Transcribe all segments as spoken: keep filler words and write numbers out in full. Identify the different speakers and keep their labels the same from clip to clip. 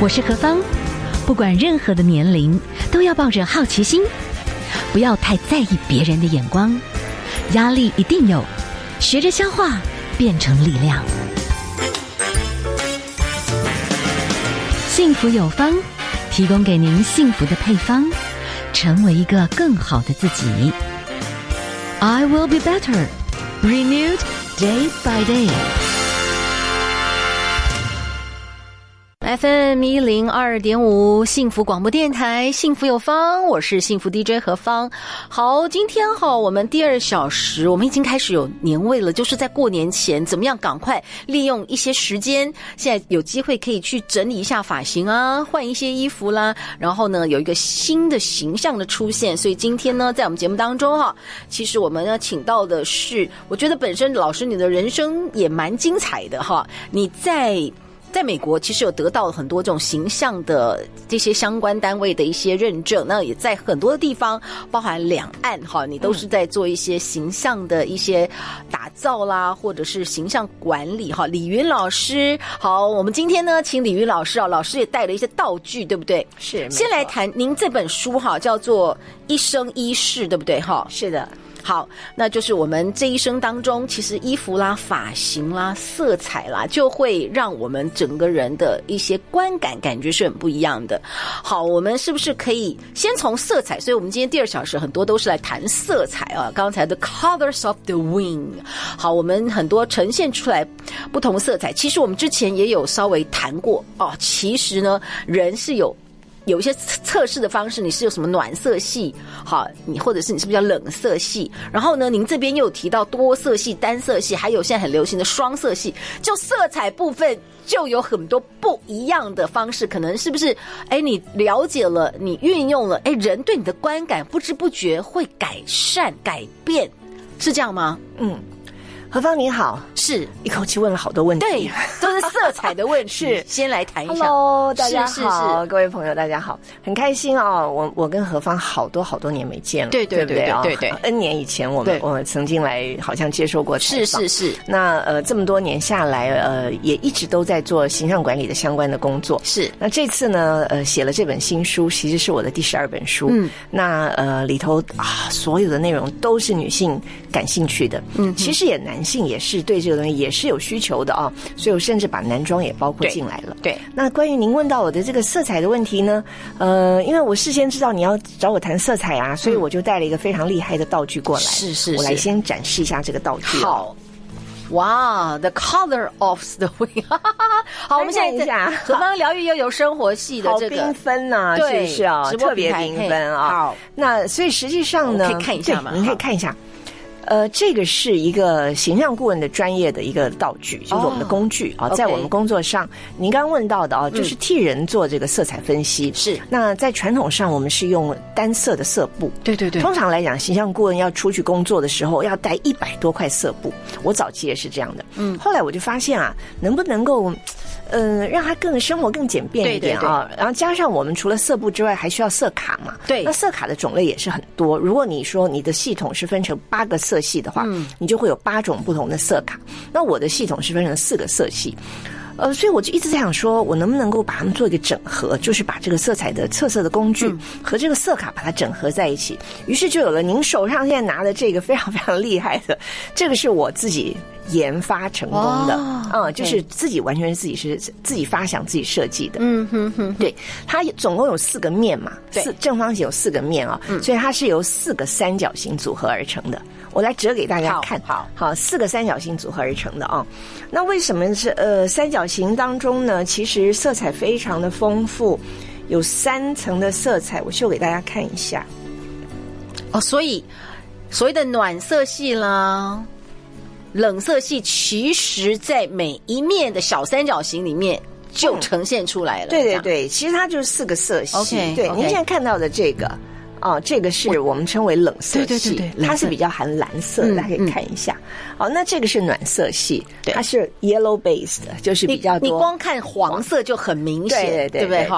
Speaker 1: 我是何芳，不管任何的年龄，都要抱着好奇心，不要太在意别人的眼光，压力一定有，学着消化，变成力量。幸福有方，提供给您幸福的配方，成为一个更好的自己。I will be better, renewed day by day。F M 一零二点五幸福广播电台，幸福有方，我是幸福 D J 何芳。好，今天哈，我们第二小时，我们已经开始有年味了，就是在过年前，怎么样赶快利用一些时间，现在有机会可以去整理一下发型啊，换一些衣服啦，然后呢，有一个新的形象的出现。所以今天呢，在我们节目当中哈，其实我们要请到的是，我觉得本身老师你的人生也蛮精彩的哈，你在。在美国其实有得到很多这种形象的这些相关单位的一些认证，那也在很多的地方，包含两岸哈，你都是在做一些形象的一些打造啦，或者是形象管理哈。李云老师，好，我们今天呢，请李云老师啊，老师也带了一些道具，对不对？
Speaker 2: 是。
Speaker 1: 先来谈您这本书哈，叫做《一生一世》，对不对哈？
Speaker 2: 是的。
Speaker 1: 好，那就是我们这一生当中，其实衣服啦、发型啦、色彩啦，就会让我们整个人的一些观感感觉是很不一样的。好，我们是不是可以先从色彩？所以我们今天第二小时很多都是来谈色彩啊。刚才的 Colors of the Wind， 好，我们很多呈现出来不同色彩。其实我们之前也有稍微谈过哦。其实呢，人是有。有一些测试的方式，你是有什么暖色系，好，你或者是你是不是叫冷色系？然后呢，您这边又有提到多色系、单色系，还有现在很流行的双色系，就色彩部分就有很多不一样的方式，可能是不是？哎，你了解了，你运用了，哎，人对你的观感不知不觉会改善、改变，是这样吗？
Speaker 2: 嗯。何芳你好，
Speaker 1: 是
Speaker 2: 一口气问了好多问题，
Speaker 1: 对，都是色彩的问题。是，先来谈一下。
Speaker 2: Hello， 大家好，
Speaker 1: 是是是，
Speaker 2: 各位朋友，大家好，很开心哦。我我跟何芳好多好多年没见了，
Speaker 1: 对对对对对对
Speaker 2: ，N 年以前我们我们曾经来好像接受过采访，
Speaker 1: 是是是。
Speaker 2: 那呃这么多年下来，呃也一直都在做形象管理的相关的工作。
Speaker 1: 是。
Speaker 2: 那这次呢，呃写了这本新书，其实是我的第十二本书。嗯。那呃里头啊所有的内容都是女性感兴趣的，嗯，其实也男性也是对这个东西也是有需求的啊，所以我甚至把男装也包括进来了。
Speaker 1: 对。对，
Speaker 2: 那关于您问到我的这个色彩的问题呢，呃，因为我事先知道你要找我谈色彩啊，所以我就带了一个非常厉害的道具过来。
Speaker 1: 是是是，
Speaker 2: 我来先展示一下这个道具。
Speaker 1: 好。哇 ，The color of the wind 好，我们现在在何方疗愈又有生活系的这个
Speaker 2: 好缤纷呐，是不是啊？特别缤纷啊。
Speaker 1: 好，
Speaker 2: 那所以实际上呢，
Speaker 1: 可以看一下嘛，
Speaker 2: 您可以看一下。呃，这个是一个形象顾问的专业的一个道具，就是我们的工具啊、哦，在我们工作上，您刚刚问到的啊，就是替人做这个色彩分析。是、嗯，那在传统上，我们是用单色的色布。对对对。通常来讲，形象顾问要出去工作的时候，要带一百多块色布。我早期也是这样的。嗯。后来我就发现啊，能不能够。嗯，让它更生活更简便一点啊，然后加上我们除了色布之外，还需要色卡嘛。对，那色卡的种类也是很多。如果你说你的系统是分成八个色系的话，嗯，你就会有八种不同的色卡。那我的系统是分成四个色系。呃，所以我就一直在想说，我能不能够把它们做一个整合，就是把这个色彩的测色的工具和这个色卡把它整合在一起。于是就有了您手上现在拿的这个非常非常厉害的，这个是我自己研发成功的，嗯，就是自己完全是自己是自己发想、自己设计的。嗯哼哼，对，它总共有四个面嘛，四正方形有四个面啊、哦，所以它是由四个三角形组合而成的。我来折给大家看，好，好，四个三角形组合而成的啊、哦。那为什么是呃三角形当中呢？其实色彩非常的丰富，有三层的色彩，我秀给大家看一下。
Speaker 1: 哦，所以所谓的暖色系啦。冷色系其实在每一面的小三角形里面就呈现出来了。嗯、
Speaker 2: 对对对，其实它就是四个色系。Okay, 对， okay. 您现在看到的这个，哦，这个是我们称为冷色系，对对对对，它是比较含蓝色的，嗯、大家可以看一下。好、嗯哦，那这个是暖色系，它是 yellow based， 就是比较多。
Speaker 1: 你, 你光看黄色就很明显，
Speaker 2: 对对对，
Speaker 1: 对不对？哈。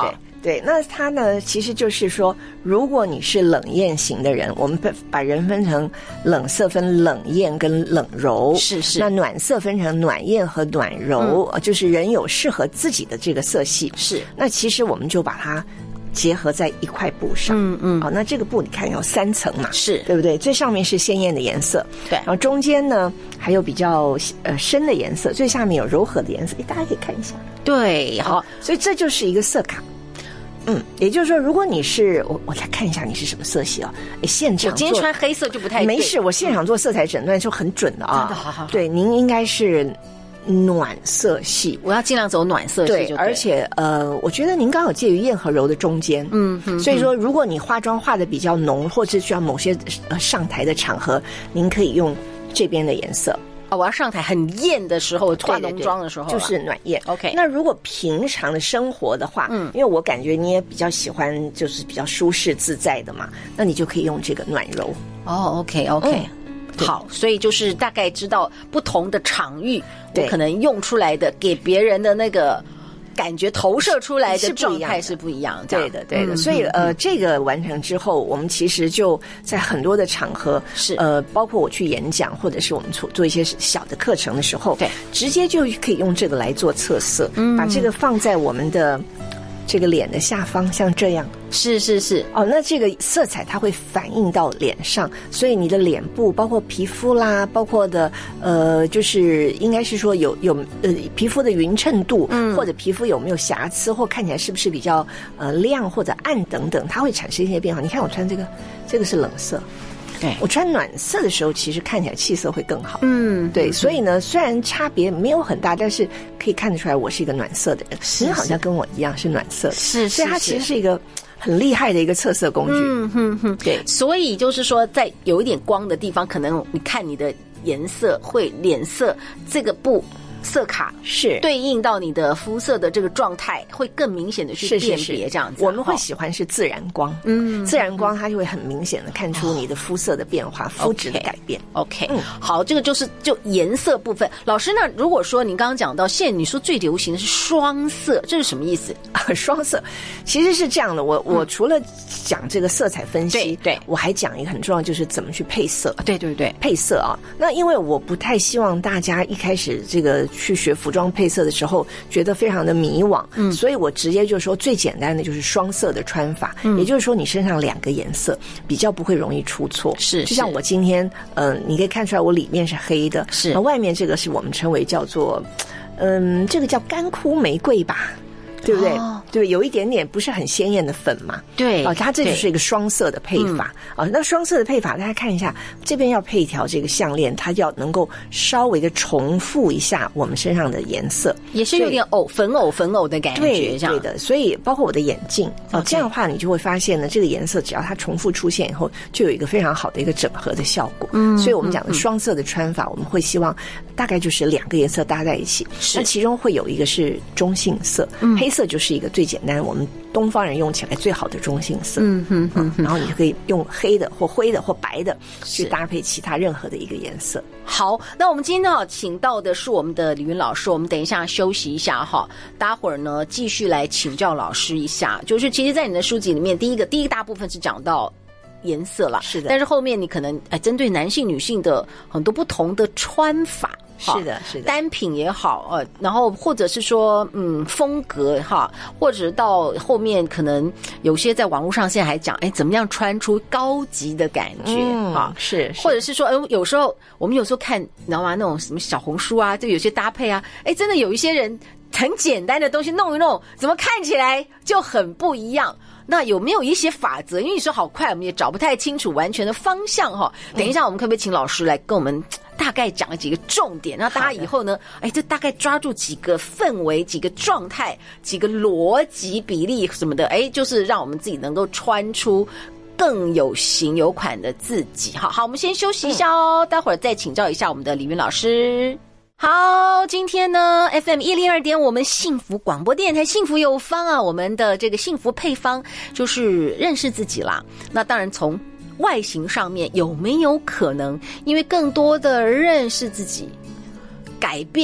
Speaker 2: 对，那它呢，其实就是说，如果你是冷艳型的人，我们把人分成冷色分冷艳跟冷柔，
Speaker 1: 是是。
Speaker 2: 那暖色分成暖艳和暖柔，嗯、就是人有适合自己的这个色系。
Speaker 1: 是。那
Speaker 2: 其实我们就把它结合在一块布上，
Speaker 1: 嗯嗯，
Speaker 2: 好，那这个布你看有三层嘛，
Speaker 1: 是
Speaker 2: 对不对？最上面是鲜艳的颜色，
Speaker 1: 对，
Speaker 2: 然后中间呢还有比较呃深的颜色，最下面有柔和的颜色，大家可以看一下，
Speaker 1: 对，好，
Speaker 2: 所以这就是一个色卡。嗯，也就是说，如果你是我，我来看一下你是什么色系啊？哎，现场
Speaker 1: 我今天穿黑色就不太对
Speaker 2: 没事，我现场做色彩诊断就很准的啊。
Speaker 1: 真的，好好好。
Speaker 2: 对，您应该是暖色系，
Speaker 1: 我要尽量走暖色系就对。
Speaker 2: 对，而且呃，我觉得您刚好介于艳和柔的中间。嗯嗯。所以说，如果你化妆化的比较浓，或者需要某些呃上台的场合，您可以用这边的颜色。
Speaker 1: 哦，我要上台很艳的时候，化浓妆的时候，
Speaker 2: 就是暖艳。
Speaker 1: OK，
Speaker 2: 那如果平常的生活的话，嗯，因为我感觉你也比较喜欢，就是比较舒适自在的嘛，那你就可以用这个暖柔。
Speaker 1: 哦 ，OK OK，嗯，好，所以就是大概知道不同的场域，我可能用出来的给别人的那个感觉投射出来的状态是不一样的。
Speaker 2: 对的，对的。嗯、所以呃，这个完成之后，我们其实就在很多的场合，
Speaker 1: 是
Speaker 2: 呃，包括我去演讲，或者是我们做做一些小的课程的时候，
Speaker 1: 对，
Speaker 2: 直接就可以用这个来做测色，嗯，把这个放在我们的这个脸的下方，像这样。
Speaker 1: 是是是，
Speaker 2: 哦，那这个色彩它会反映到脸上，所以你的脸部包括皮肤啦，包括的呃，就是应该是说有有呃皮肤的匀称度，嗯，或者皮肤有没有瑕疵，或看起来是不是比较呃亮或者暗等等，它会产生一些变化。你看我穿这个，这个是冷色。
Speaker 1: 对，我
Speaker 2: 穿暖色的时候，其实看起来气色会更好。嗯，对，所以呢，虽然差别没有很大，但是可以看得出来我是一个暖色的人。你好像跟我一样是暖色的，
Speaker 1: 是，
Speaker 2: 所以它其实是一个很厉害的一个测色工具。
Speaker 1: 嗯哼哼，
Speaker 2: 对，
Speaker 1: 所以就是说，在有一点光的地方，可能你看你的颜色会脸色这个布。色卡
Speaker 2: 是
Speaker 1: 对应到你的肤色的这个状态，会更明显的去辨别这样子。
Speaker 2: 我们会喜欢是自然光，嗯，自然光它就会很明显的看出你的肤色的变化，肤质的改变。
Speaker 1: OK， 嗯，好，这个就是就颜色部分。老师呢，如果说您刚刚讲到，现在你说最流行的是双色，这是什么意思？
Speaker 2: 双色其实是这样的，我我除了讲这个色彩分析，
Speaker 1: 对，对
Speaker 2: 我还讲一个很重要，就是怎么去配色。
Speaker 1: 对对对，
Speaker 2: 配色啊。那因为我不太希望大家一开始这个去学服装配色的时候觉得非常的迷惘，嗯，所以我直接就说最简单的就是双色的穿法，嗯，也就是说你身上两个颜色比较不会容易出错，
Speaker 1: 是，
Speaker 2: 就像我今天，嗯、呃，你可以看出来我里面是黑的，
Speaker 1: 是，
Speaker 2: 然后外面这个是我们称为叫做，嗯，这个叫干枯玫瑰吧。对不对？哦、对，有一点点不是很鲜艳的粉嘛。
Speaker 1: 对，
Speaker 2: 哦，它这就是一个双色的配法啊、嗯哦。那双色的配法，大家看一下，这边要配一条这个项链，它要能够稍微的重复一下我们身上的颜色，
Speaker 1: 也是有点藕粉藕粉藕的感觉，
Speaker 2: 对，
Speaker 1: 这样
Speaker 2: 对的。所以包括我的眼镜哦， okay. 这样的话你就会发现呢，这个颜色只要它重复出现以后，就有一个非常好的一个整合的效果。嗯，所以我们讲的双色的穿法，嗯、我们会希望大概就是两个颜色搭在一起，那其中会有一个是中性色，嗯、黑色就是一个最简单，我们东方人用起来最好的中性色。嗯哼哼哼，然后你就可以用黑的或灰的或白的去搭配其他任何的一个颜色。
Speaker 1: 好，那我们今天呢，请到的是我们的李云老师，我们等一下休息一下哈，待会儿呢继续来请教老师一下。就是其实，在你的书籍里面，第一个第一个大部分是讲到颜色啦，
Speaker 2: 是的，
Speaker 1: 但是后面你可能哎，针对男性、女性的很多不同的穿法。
Speaker 2: 是的，是的，
Speaker 1: 单品也好，呃，然后或者是说，嗯，风格哈，或者到后面可能有些在网络上现在还讲，哎，怎么样穿出高级的感觉哈、
Speaker 2: 嗯？是，
Speaker 1: 或者是说，哎，有时候我们有时候看，你知道吗？那种什么小红书啊，就有些搭配啊，哎，真的有一些人很简单的东西弄一弄，怎么看起来就很不一样？那有没有一些法则？因为你说好快，我们也找不太清楚完全的方向哈。等一下，我们可不可以请老师来跟我们大概讲几个重点？那大家以后呢，哎，就大概抓住几个氛围、几个状态、几个逻辑比例什么的，哎，就是让我们自己能够穿出更有型有款的自己。好好，我们先休息一下哦，待会儿再请教一下我们的李云老师。好，今天呢 F M 一零二点五，我们幸福广播电台幸福有方啊，我们的这个幸福配方就是认识自己啦。那当然从外形上面有没有可能因为更多的认识自己改变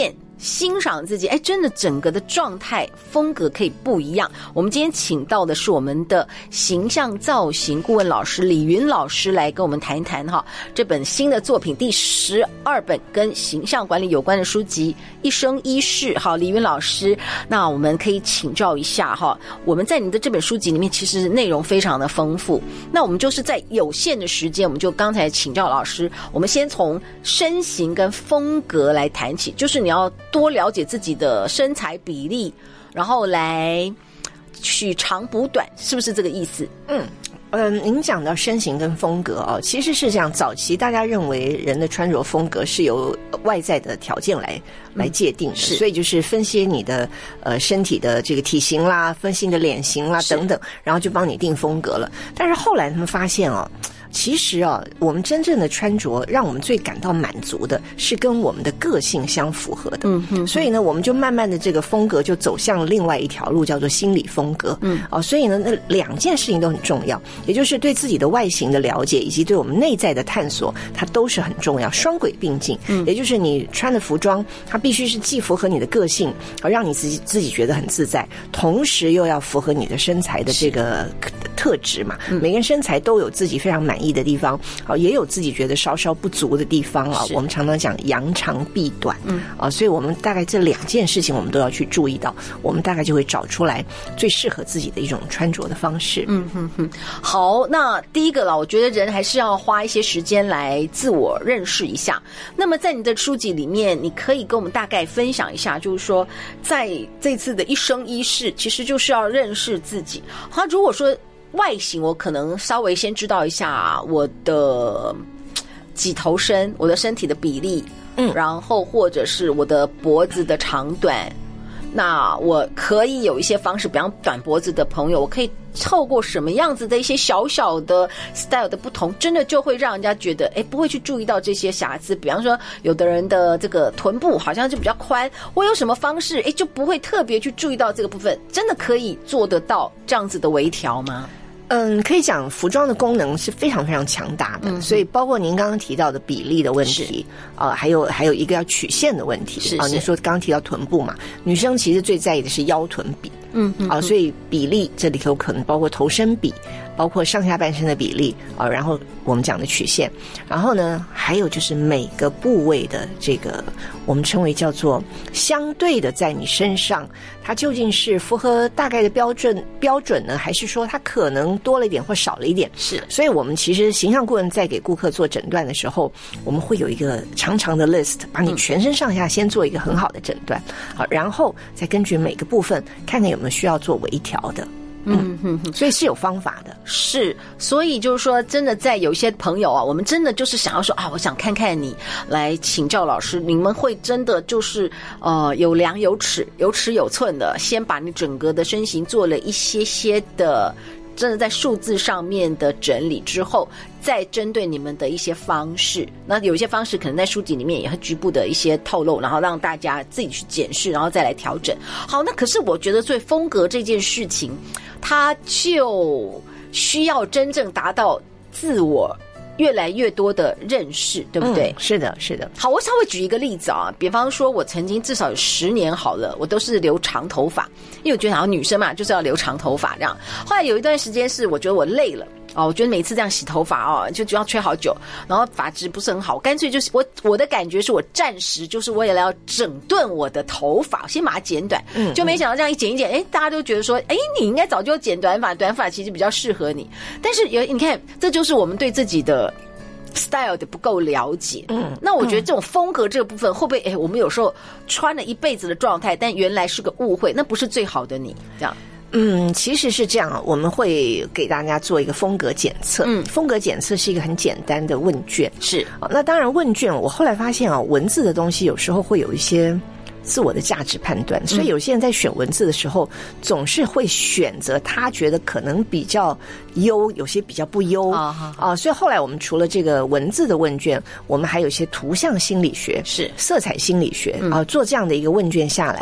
Speaker 1: 欣赏自己，哎，真的整个的状态风格可以不一样。我们今天请到的是我们的形象造型顾问老师李云老师来跟我们谈一谈哈，这本新的作品第十二本跟形象管理有关的书籍《一生一世》。好，李云老师，那我们可以请教一下哈，我们在你的这本书籍里面其实内容非常的丰富，那我们就是在有限的时间，我们就刚才请教老师，我们先从身形跟风格来谈起，就是你要多了解自己的身材比例，然后来取长补短，是不是这个意思？嗯。
Speaker 2: 嗯，您讲到身形跟风格哦，其实是这样。早期大家认为人的穿着风格是由外在的条件来来界定的，所以就是分析你的呃身体的这个体型啦，分析你的脸型啦等等，然后就帮你定风格了。但是后来他们发现哦，其实啊，我们真正的穿着让我们最感到满足的是跟我们的个性相符合的。嗯嗯，所以呢，我们就慢慢的这个风格就走向另外一条路，叫做心理风格。嗯，哦，所以呢，那两件事情都很重要，也就是对自己的外形的了解，以及对我们内在的探索，它都是很重要，双轨并进。嗯，也就是你穿的服装，它必须是既符合你的个性，而让你自己自己觉得很自在，同时又要符合你的身材的这个特质嘛。嗯，每个人身材都有自己非常满意的地方，啊，也有自己觉得稍稍不足的地方啊。我们常常讲扬长避短，嗯，啊，所以我们大概这两件事情我们都要去注意到，我们大概就会找出来最适合自己的一种穿着的方式。
Speaker 1: 嗯哼哼，好，那第一个了，我觉得人还是要花一些时间来自我认识一下。那么在你的书籍里面，你可以跟我们大概分享一下，就是说在这次的一生一世，其实就是要认识自己。好，如果说外形我可能稍微先知道一下我的几头身，我的身体的比例，嗯，然后或者是我的脖子的长短，那我可以有一些方式，比方短脖子的朋友，我可以透过什么样子的一些小小的 style 的不同，真的就会让人家觉得哎，不会去注意到这些瑕疵。比方说有的人的这个臀部好像就比较宽，我有什么方式哎，就不会特别去注意到这个部分，真的可以做得到这样子的微调吗？
Speaker 2: 嗯，可以讲服装的功能是非常非常强大的，嗯，所以包括您刚刚提到的比例的问题啊，呃，还有还有一个要曲线的问题是啊，您说刚刚提到臀部嘛，女生其实最在意的是腰臀比，嗯嗯啊，所以比例这里头可能包括头身比，包括上下半身的比例啊，然后我们讲的曲线，然后呢，还有就是每个部位的这个我们称为叫做相对的在你身上，它究竟是符合大概的标准标准呢，还是说它可能多了一点或少了一点？是，所以我们其实形象顾问在给顾客做诊断的时候，我们会有一个长长的 list， 把你全身上下先做一个很好的诊断，好，然后再根据每个部分看看有没有需要做微调的。嗯哼哼，所以是有方法的。
Speaker 1: 是，所以就是说真的在有些朋友啊，我们真的就是想要说啊，我想看看你来请教老师，你们会真的就是呃有量有尺有尺有寸的，先把你整个的身形做了一些些的真的在数字上面的整理之后，再针对你们的一些方式，那有一些方式可能在书籍里面也会局部的一些透露，然后让大家自己去检视，然后再来调整。好，那可是我觉得对风格这件事情，它就需要真正达到自我越来越多的认识，对不对？
Speaker 2: 嗯，是的，是的。
Speaker 1: 好，我稍微举一个例子啊，比方说我曾经至少有十年好了，我都是留长头发，因为我觉得好像女生嘛就是要留长头发这样。后来有一段时间是我觉得我累了。哦，我觉得每次这样洗头发哦，就就要吹好久，然后发质不是很好，干脆就是我我的感觉是我暂时就是为了要整顿我的头发，先把它剪短，嗯，就没想到这样一剪一剪，哎，大家都觉得说，哎，你应该早就剪短发，短发其实比较适合你，但是有你看，这就是我们对自己的style 的不够了解，嗯，那我觉得这种风格这个部分会不会，哎，我们有时候穿了一辈子的状态，但原来是个误会，那不是最好的你，这样。
Speaker 2: 嗯，其实是这样，我们会给大家做一个风格检测。嗯，风格检测是一个很简单的问卷。是，那当然问卷，我后来发现啊，文字的东西有时候会有一些自我的价值判断，所以有些人在选文字的时候，总是会选择他觉得可能比较优，有些比较不优啊啊。所以后来我们除了这个文字的问卷，我们还有一些图像心理学、是色彩心理学啊，做这样的一个问卷下来。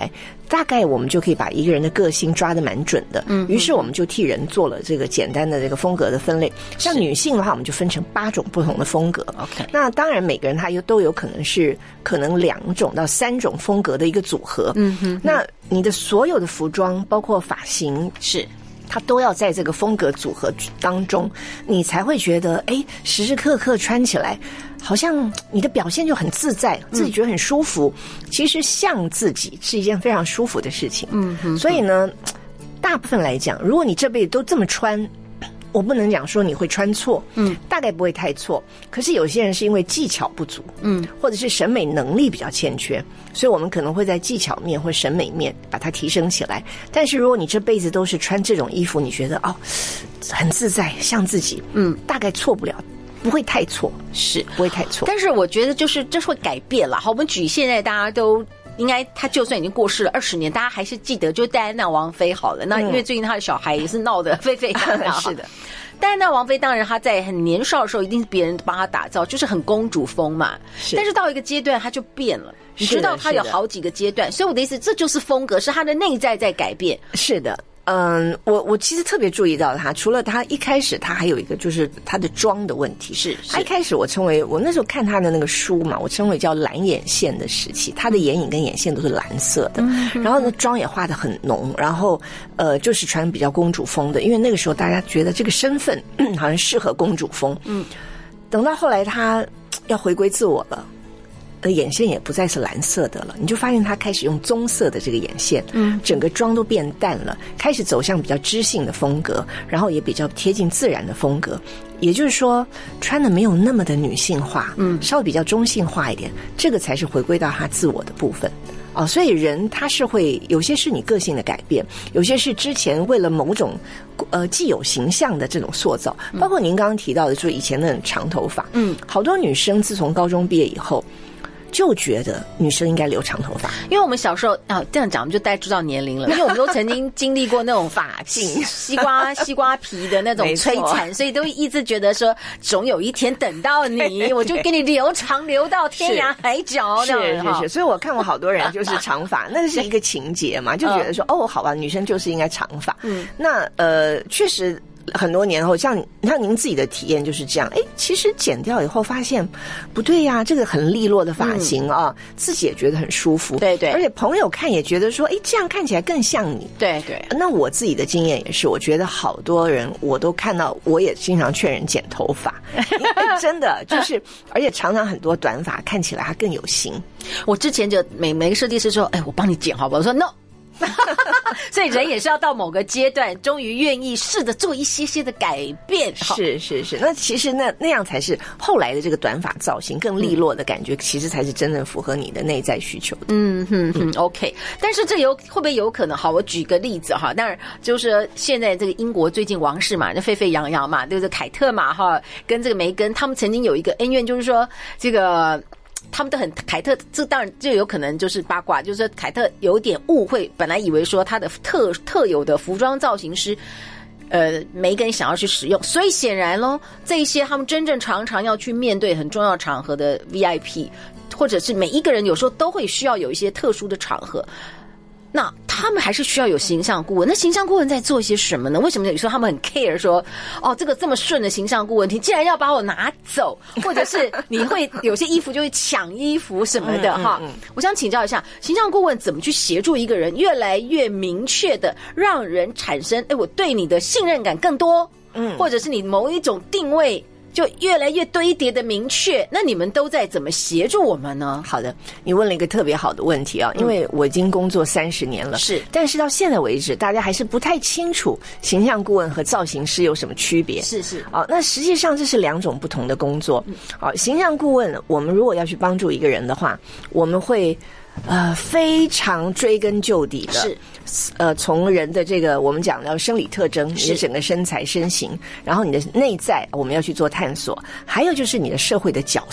Speaker 2: 大概我们就可以把一个人的个性抓得蛮准的。嗯，于是我们就替人做了这个简单的这个风格的分类。像女性的话，我们就分成八种不同的风格。
Speaker 1: OK，
Speaker 2: 那当然每个人他又都有可能是可能两种到三种风格的一个组合。嗯哼，那你的所有的服装，包括发型，
Speaker 1: 是。
Speaker 2: 它都要在这个风格组合当中，你才会觉得，哎，时时刻刻穿起来，好像你的表现就很自在，自己觉得很舒服。嗯、其实像自己是一件非常舒服的事情。嗯哼，所以呢，大部分来讲，如果你这辈子都这么穿，我不能讲说你会穿错，嗯，大概不会太错。可是有些人是因为技巧不足，嗯，或者是审美能力比较欠缺，所以我们可能会在技巧面或审美面把它提升起来。但是如果你这辈子都是穿这种衣服，你觉得哦很自在，像自己，嗯，大概错不了。不会太错，
Speaker 1: 是
Speaker 2: 不会太错。
Speaker 1: 但是我觉得就是这是会改变了。好，我们举现在大家都应该，他就算已经过世了二十年，大家还是记得，就戴安娜王妃好了。那因为最近他的小孩也是闹得沸沸扬扬。
Speaker 2: 是的，
Speaker 1: 戴安娜王妃当然她在很年少的时候，一定是别人帮她打造，就是很公主风嘛。是，但是到一个阶段，她就变了。你知道，她有好几个阶段，所以我的意思，这就是风格，是她的内在在改变。
Speaker 2: 是的。嗯，我我其实特别注意到他，除了他一开始他还有一个就是他的妆的问题。
Speaker 1: 是，
Speaker 2: 他一开始我称为我那时候看他的那个书嘛，我称为叫蓝眼线的时期，他的眼影跟眼线都是蓝色的，嗯、然后呢妆也画得很浓，然后呃就是穿比较公主风的，因为那个时候大家觉得这个身份好像适合公主风。嗯，等到后来他要回归自我了。的眼线也不再是蓝色的了，你就发现他开始用棕色的这个眼线，嗯，整个妆都变淡了，开始走向比较知性的风格，然后也比较贴近自然的风格，也就是说穿的没有那么的女性化，嗯，稍微比较中性化一点，这个才是回归到他自我的部分。哦，所以人他是会有些是你个性的改变，有些是之前为了某种呃既有形象的这种塑造，包括您刚刚提到的，就是以前的长头发，嗯，好多女生自从高中毕业以后。就觉得女生应该留长头发，
Speaker 1: 因为我们小时候啊，这样讲我们就大概知道年龄了，因为我们都曾经经历过那种
Speaker 2: 发髻、
Speaker 1: 西瓜西瓜皮的那种摧残，所以都一直觉得说，总有一天等到你，我就给你留长，留到天涯海角。
Speaker 2: 是是是，所以我看过好多人就是长发，那是一个情节嘛，就觉得说，哦，好吧，女生就是应该长发。嗯，那呃，确实。很多年后，像像您自己的体验就是这样，哎，其实剪掉以后发现不对呀，这个很利落的发型啊，嗯、自己也觉得很舒服，
Speaker 1: 对对，
Speaker 2: 而且朋友看也觉得说，哎，这样看起来更像你，
Speaker 1: 对对。
Speaker 2: 那我自己的经验也是，我觉得好多人我都看到，我也经常劝人剪头发，真的就是，而且常常很多短发看起来它更有型。
Speaker 1: 我之前就每每个设计师说，哎，我帮你剪好不好？我说 no。所以人也是要到某个阶段，终于愿意试着做一些些的改变。
Speaker 2: 是是是，那其实那那样才是后来的这个短发造型更利落的感觉，嗯、其实才是真正符合你的内在需求的。
Speaker 1: 嗯哼哼 ，OK。但是这有会不会有可能？好，我举个例子哈，当然就是现在这个英国最近王室嘛，那沸沸扬扬嘛，就是凯特嘛哈，跟这个梅根他们曾经有一个恩怨，就是说这个。他们都很凯特，这当然就有可能就是八卦，就是说凯特有点误会，本来以为说他的特特有的服装造型师，呃，梅根想要去使用，所以显然咯，这一些他们真正常常要去面对很重要场合的 V I P， 或者是每一个人有时候都会需要有一些特殊的场合。那他们还是需要有形象顾问，那形象顾问在做一些什么呢？为什么有时候他们很 care 说，哦，这个这么顺的形象顾问，你竟然要把我拿走，或者是你会有些衣服就会抢衣服什么的哈、嗯嗯嗯？我想请教一下，形象顾问怎么去协助一个人越来越明确的让人产生，哎，我对你的信任感更多，嗯，或者是你某一种定位。就越来越堆叠的明确，那你们都在怎么协助我们呢？
Speaker 2: 好的，你问了一个特别好的问题啊，因为我已经工作三十年了，
Speaker 1: 是，
Speaker 2: 但是到现在为止，大家还是不太清楚形象顾问和造型师有什么区别。
Speaker 1: 是是，
Speaker 2: 哦，那实际上这是两种不同的工作。哦，形象顾问，我们如果要去帮助一个人的话，我们会。呃，非常追根究底的，
Speaker 1: 是，
Speaker 2: 呃，从人的这个我们讲到生理特征，你的整个身材身形，然后你的内在，我们要去做探索，还有就是你的社会的角色，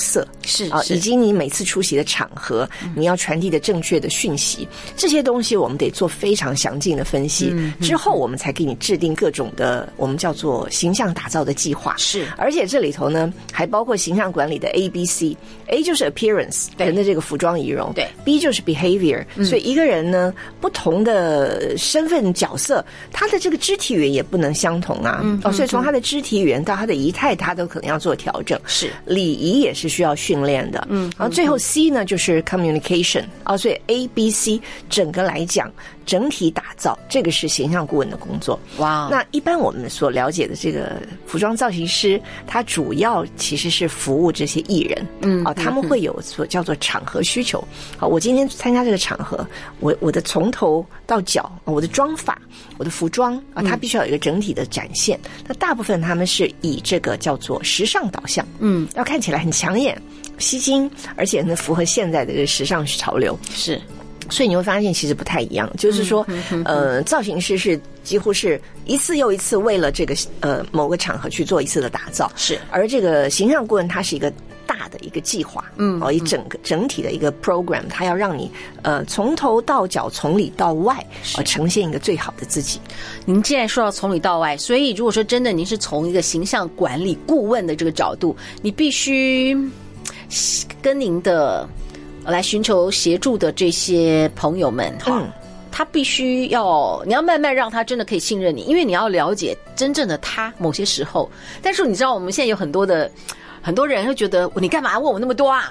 Speaker 1: 是
Speaker 2: 啊，以及你每次出席的场合，嗯、你要传递的正确的讯息，这些东西我们得做非常详尽的分析，嗯、之后我们才给你制定各种的我们叫做形象打造的计划。
Speaker 1: 是，
Speaker 2: 而且这里头呢还包括形象管理的 A B C，A 就是 appearance 人的这个服装仪容，
Speaker 1: 对
Speaker 2: ，B 就是 behavior，嗯、所以一个人呢不同的身份角色，他的这个肢体语言也不能相同啊，嗯、哦，所以从他的肢体语言到他的仪态，他都可能要做调整。
Speaker 1: 是，
Speaker 2: 礼仪也是需要训练的，嗯，然后最后 C 呢就是 communication 啊，所以 A B C 整个来讲整体打造，这个是形象顾问的工作。
Speaker 1: 哇，
Speaker 2: 那一般我们所了解的这个服装造型师，他主要其实是服务这些艺人，嗯，啊，他们会有所叫做场合需求。好，我今天参加这个场合，我我的从头到脚，我的妆法，我的服装啊，它必须要有一个整体的展现。嗯、那大部分他们是以这个叫做时尚导向，嗯，要看起来很抢眼、吸睛，而且呢符合现在的这个时尚潮流。
Speaker 1: 是。
Speaker 2: 所以你会发现其实不太一样，就是说，嗯、呃，造型师是几乎是一次又一次为了这个呃某个场合去做一次的打造，
Speaker 1: 是。
Speaker 2: 而这个形象顾问它是一个大的一个计划，嗯，哦，一整个整体的一个 program， 它要让你呃从头到脚，从里到外，呃，呈现一个最好的自己。
Speaker 1: 您既然说到从里到外，所以如果说真的您是从一个形象管理顾问的这个角度，你必须跟您的来寻求协助的这些朋友们哈，嗯、他必须要你要慢慢让他真的可以信任你，因为你要了解真正的他某些时候。但是你知道我们现在有很多的很多人会觉得你干嘛问我那么多啊？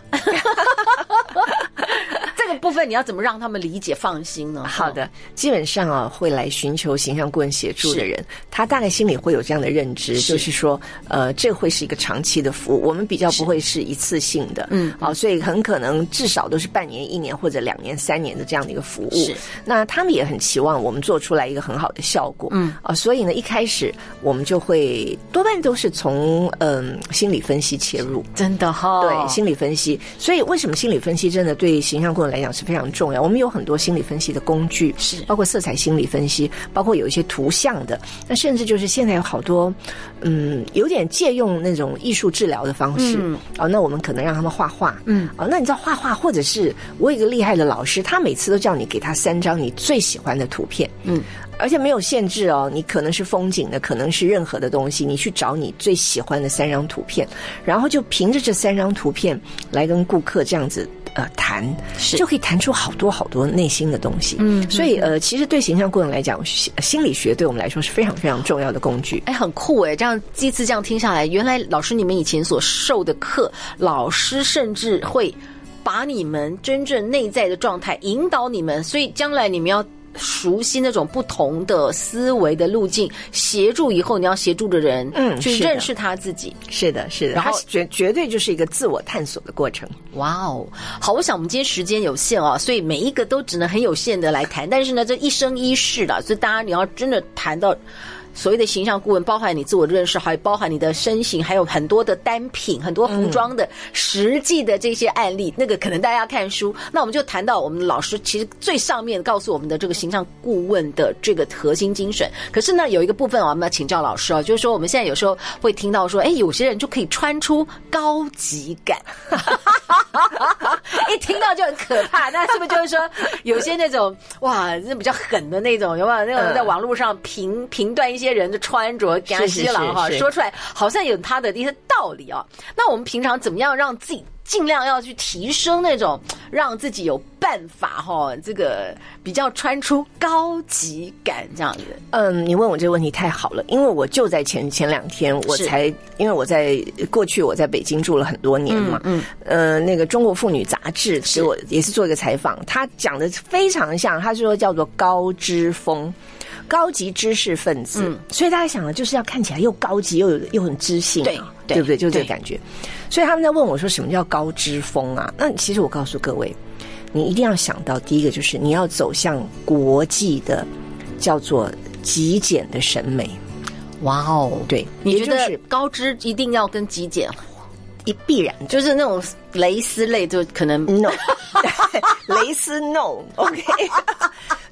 Speaker 1: 这个部分你要怎么让他们理解放心呢？
Speaker 2: 好的，基本上啊，会来寻求形象顾问协助的人，他大概心里会有这样的认知，是就是说，呃，这会是一个长期的服务，我们比较不会是一次性的，嗯，啊，所以很可能至少都是半年、一年或者两年、三年的这样的一个服务。
Speaker 1: 是，
Speaker 2: 那他们也很期望我们做出来一个很好的效果，嗯，啊，所以呢，一开始我们就会多半都是从嗯、呃、心理分析切入，
Speaker 1: 真的哈、哦，
Speaker 2: 对，心理分析。所以为什么心理分析真的对形象顾问来讲是非常重要？我们有很多心理分析的工具，
Speaker 1: 是
Speaker 2: 包括色彩心理分析，包括有一些图像的，那甚至就是现在有好多，嗯，有点借用那种艺术治疗的方式，嗯，哦，那我们可能让他们画画，嗯，哦，那你知道画画，或者是我有一个厉害的老师，他每次都叫你给他三张你最喜欢的图片，嗯。而且没有限制哦，你可能是风景的，可能是任何的东西，你去找你最喜欢的三张图片，然后就凭着这三张图片来跟顾客这样子呃谈，就可以谈出好多好多内心的东西。嗯，所以呃，其实对形象顾问来讲，心理学对我们来说是非常非常重要的工具。
Speaker 1: 哎，很酷哎！这样第一次这样听下来，原来老师你们以前所受的课，老师甚至会把你们真正内在的状态引导你们，所以将来你们要熟悉那种不同的思维的路径，协助以后你要协助的人，嗯，去认识他自己。
Speaker 2: 是的，是的，然后绝绝对就是一个自我探索的过程。
Speaker 1: 哇哦，好，我想我们今天时间有限哦，所以每一个都只能很有限的来谈，但是呢，这一生一世的，所以大家你要真的谈到所谓的形象顾问，包含你自我认识，还有包含你的身形，还有很多的单品，很多服装的实际的这些案例，嗯、那个可能大家要看书。那我们就谈到我们的老师其实最上面告诉我们的这个形象顾问的这个核心精神。可是呢，有一个部分我们要请教老师啊，就是说我们现在有时候会听到说，哎，有些人就可以穿出高级感，一听到就很可怕。那是不是就是说，有些那种哇，那比较狠的那种，有没有那种在网络上评评断一些人的穿着，给他西郎哈说出来，好像有他的一些道理啊。那我们平常怎么样让自己尽量要去提升那种，让自己有办法哈，这个比较穿出高级感这样子？
Speaker 2: 嗯，你问我这个问题太好了，因为我就在前前两天我才，因为我在过去我在北京住了很多年嘛，嗯，嗯呃，那个中国妇女杂志给我也是做一个采访，他讲的非常像，他说叫做高知风。高级知识分子，嗯，所以大家想了，就是要看起来又高级又有又很知性、啊，对，对，对不对？就这个感觉。所以他们在问我说，什么叫高知风啊？那其实我告诉各位，你一定要想到，第一个就是你要走向国际的叫做极简的审美。
Speaker 1: 哇哦，
Speaker 2: 对，
Speaker 1: 你觉得高知一定要跟极简？
Speaker 2: 一必然
Speaker 1: 就是那种蕾丝类，就可能
Speaker 2: no 蕾丝 no OK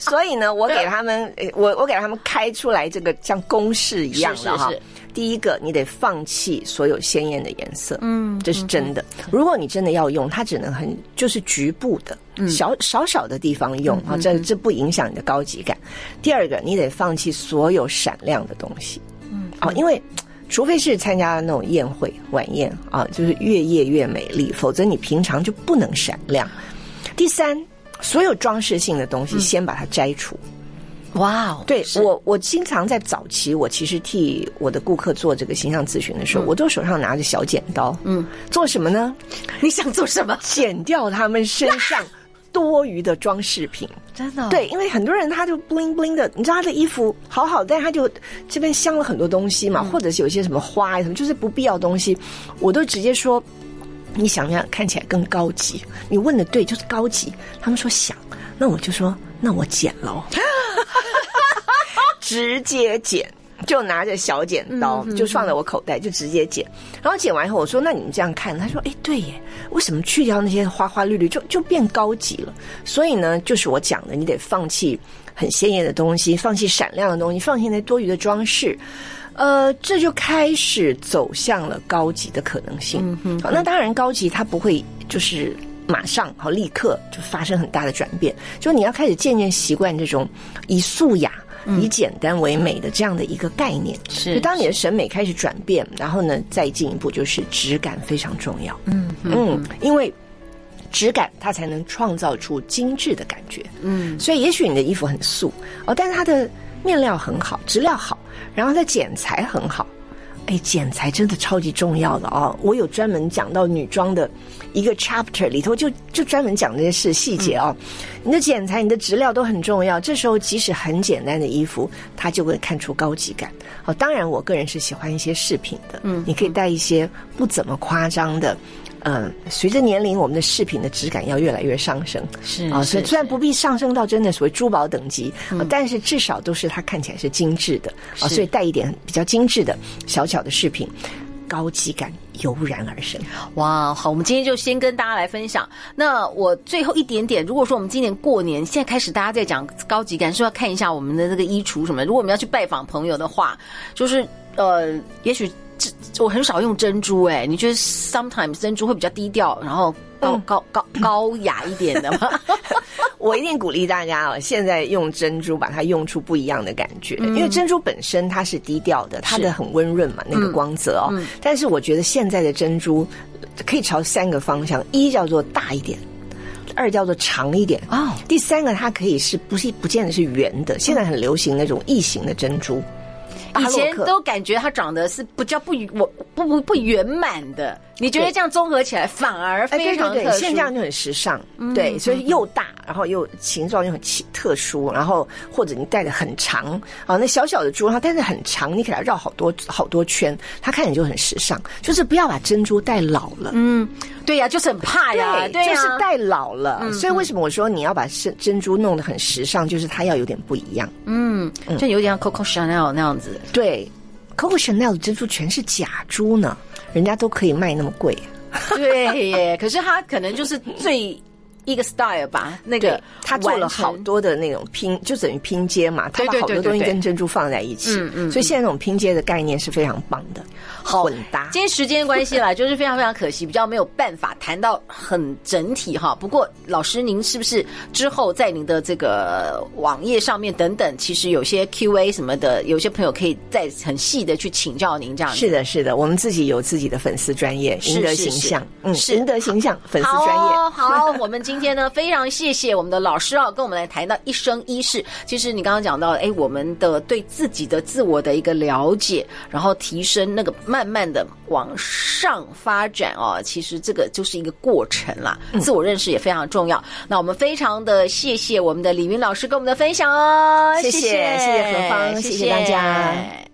Speaker 2: 所以呢，我给他们，我我给他们开出来这个像公式一样的哈。是是是，第一个，你得放弃所有鲜艳的颜色，嗯，这是真的。嗯、如果你真的要用，它只能很就是局部的、嗯、小少少的地方用啊，这这不影响你的高级感。第二个，你得放弃所有闪亮的东西，嗯，哦，因为除非是参加那种宴会晚宴啊，就是越夜越美丽，否则你平常就不能闪亮。第三，所有装饰性的东西先把它摘除。
Speaker 1: 哇哦！
Speaker 2: 对，我我经常在早期，我其实替我的顾客做这个形象咨询的时候，嗯、我都手上拿着小剪刀，嗯，做什么呢？
Speaker 1: 你想做什么？
Speaker 2: 剪掉他们身上多余的装饰品。
Speaker 1: 真的、哦？
Speaker 2: 对，因为很多人他就 bling bling 的，你知道他的衣服好好，但他就这边镶了很多东西嘛，嗯、或者是有些什么花什么，就是不必要的东西，我都直接说。你想不想看起来更高级？你问的对，就是高级。他们说想，那我就说，那我剪喽，直接剪，就拿着小剪刀，嗯、就放在我口袋，就直接剪。然后剪完以后，我说，那你们这样看？他说，哎，对耶，为什么去掉那些花花绿绿，就就变高级了？所以呢，就是我讲的，你得放弃很鲜艳的东西，放弃闪亮的东西，放弃那多余的装饰。呃，这就开始走向了高级的可能性。嗯哼，好，那当然高级它不会就是马上好立刻就发生很大的转变，就你要开始渐渐习惯这种以素雅、嗯、以简单为美的这样的一个概念。是，就当你的审美开始转变，然后呢，再进一步就是质感非常重要。嗯嗯，因为质感它才能创造出精致的感觉。嗯，所以也许你的衣服很素哦，但是它的面料很好，质量好。然后它剪裁很好，哎，剪裁真的超级重要的哦。我有专门讲到女装的一个 chapter 里头就，就就专门讲这些事细节哦。嗯、你的剪裁、你的质料都很重要。这时候即使很简单的衣服，它就会看出高级感。哦，当然我个人是喜欢一些饰品的，嗯，你可以带一些不怎么夸张的。嗯，随着年龄，我们的饰品的质感要越来越上升，是啊，所以虽然不必上升到真的所谓珠宝等级，嗯、但是至少都是它看起来是精致的啊，所以带一点比较精致的小巧的饰品，高级感油然而生。
Speaker 1: 哇，好，我们今天就先跟大家来分享。那我最后一点点，如果说我们今年过年，现在开始大家在讲高级感，是要看一下我们的这个衣橱什么。如果我们要去拜访朋友的话，就是呃，也许。我很少用珍珠哎、欸，你觉得 sometimes 珍珠会比较低调，然后高、嗯、高高高雅一点的吗？
Speaker 2: 我一定鼓励大家哦，现在用珍珠把它用出不一样的感觉，嗯、因为珍珠本身它是低调的，它的很温润嘛，那个光泽哦。嗯、但是我觉得现在的珍珠可以朝三个方向，一叫做大一点。二叫做长一点哦，第三个它可以是不是不见得是圆的，现在很流行那种异形的珍珠。
Speaker 1: 以前都感觉它长得是不叫不不不不圆满的，你觉得这样综合起来反而非常特殊？哎、对对对，
Speaker 2: 现在这样就很时尚，嗯、对，所以又大，然后又形状又很特殊，然后或者你戴的很长啊，那小小的珠，它但是很长，你给它绕好多好多圈，它看起来就很时尚。就是不要把珍珠戴老了，
Speaker 1: 嗯，对呀、啊，就是很怕呀，
Speaker 2: 对，对啊、就是戴老了。嗯、所以为什么我说你要把珍珠弄得很时尚，就是它要有点不一样，
Speaker 1: 嗯，就有点像 Coco Chanel 那样子。
Speaker 2: 对 ，Coco Chanel 的珍珠全是假珠呢，人家都可以卖那么贵。
Speaker 1: 对耶，可是它可能就是最一个 style 吧，那个
Speaker 2: 他做了好多的那种拼，就等于拼接嘛，他把好多东西跟珍珠放在一起，嗯嗯，所以现在那种拼接的概念是非常棒的，混搭。
Speaker 1: 今天时间关系啦，就是非常非常可惜，比较没有办法谈到很整体哈。不过老师，您是不是之后在您的这个网页上面等等，其实有些 Q A 什么的，有些朋友可以再很细的去请教您这样子？
Speaker 2: 是的，是的，我们自己有自己的粉丝专业，赢得形象，嗯，赢得形象，粉丝专业。
Speaker 1: 好，好我们今天呢，非常谢谢我们的老师啊，跟我们来谈到一生一世。其实你刚刚讲到，哎，我们的对自己的自我的一个了解，然后提升那个慢慢的往上发展哦，其实这个就是一个过程啦。嗯、自我认识也非常重要。那我们非常的谢谢我们的李云老师跟我们的分享哦，
Speaker 2: 谢谢，谢谢何芳，谢谢大家。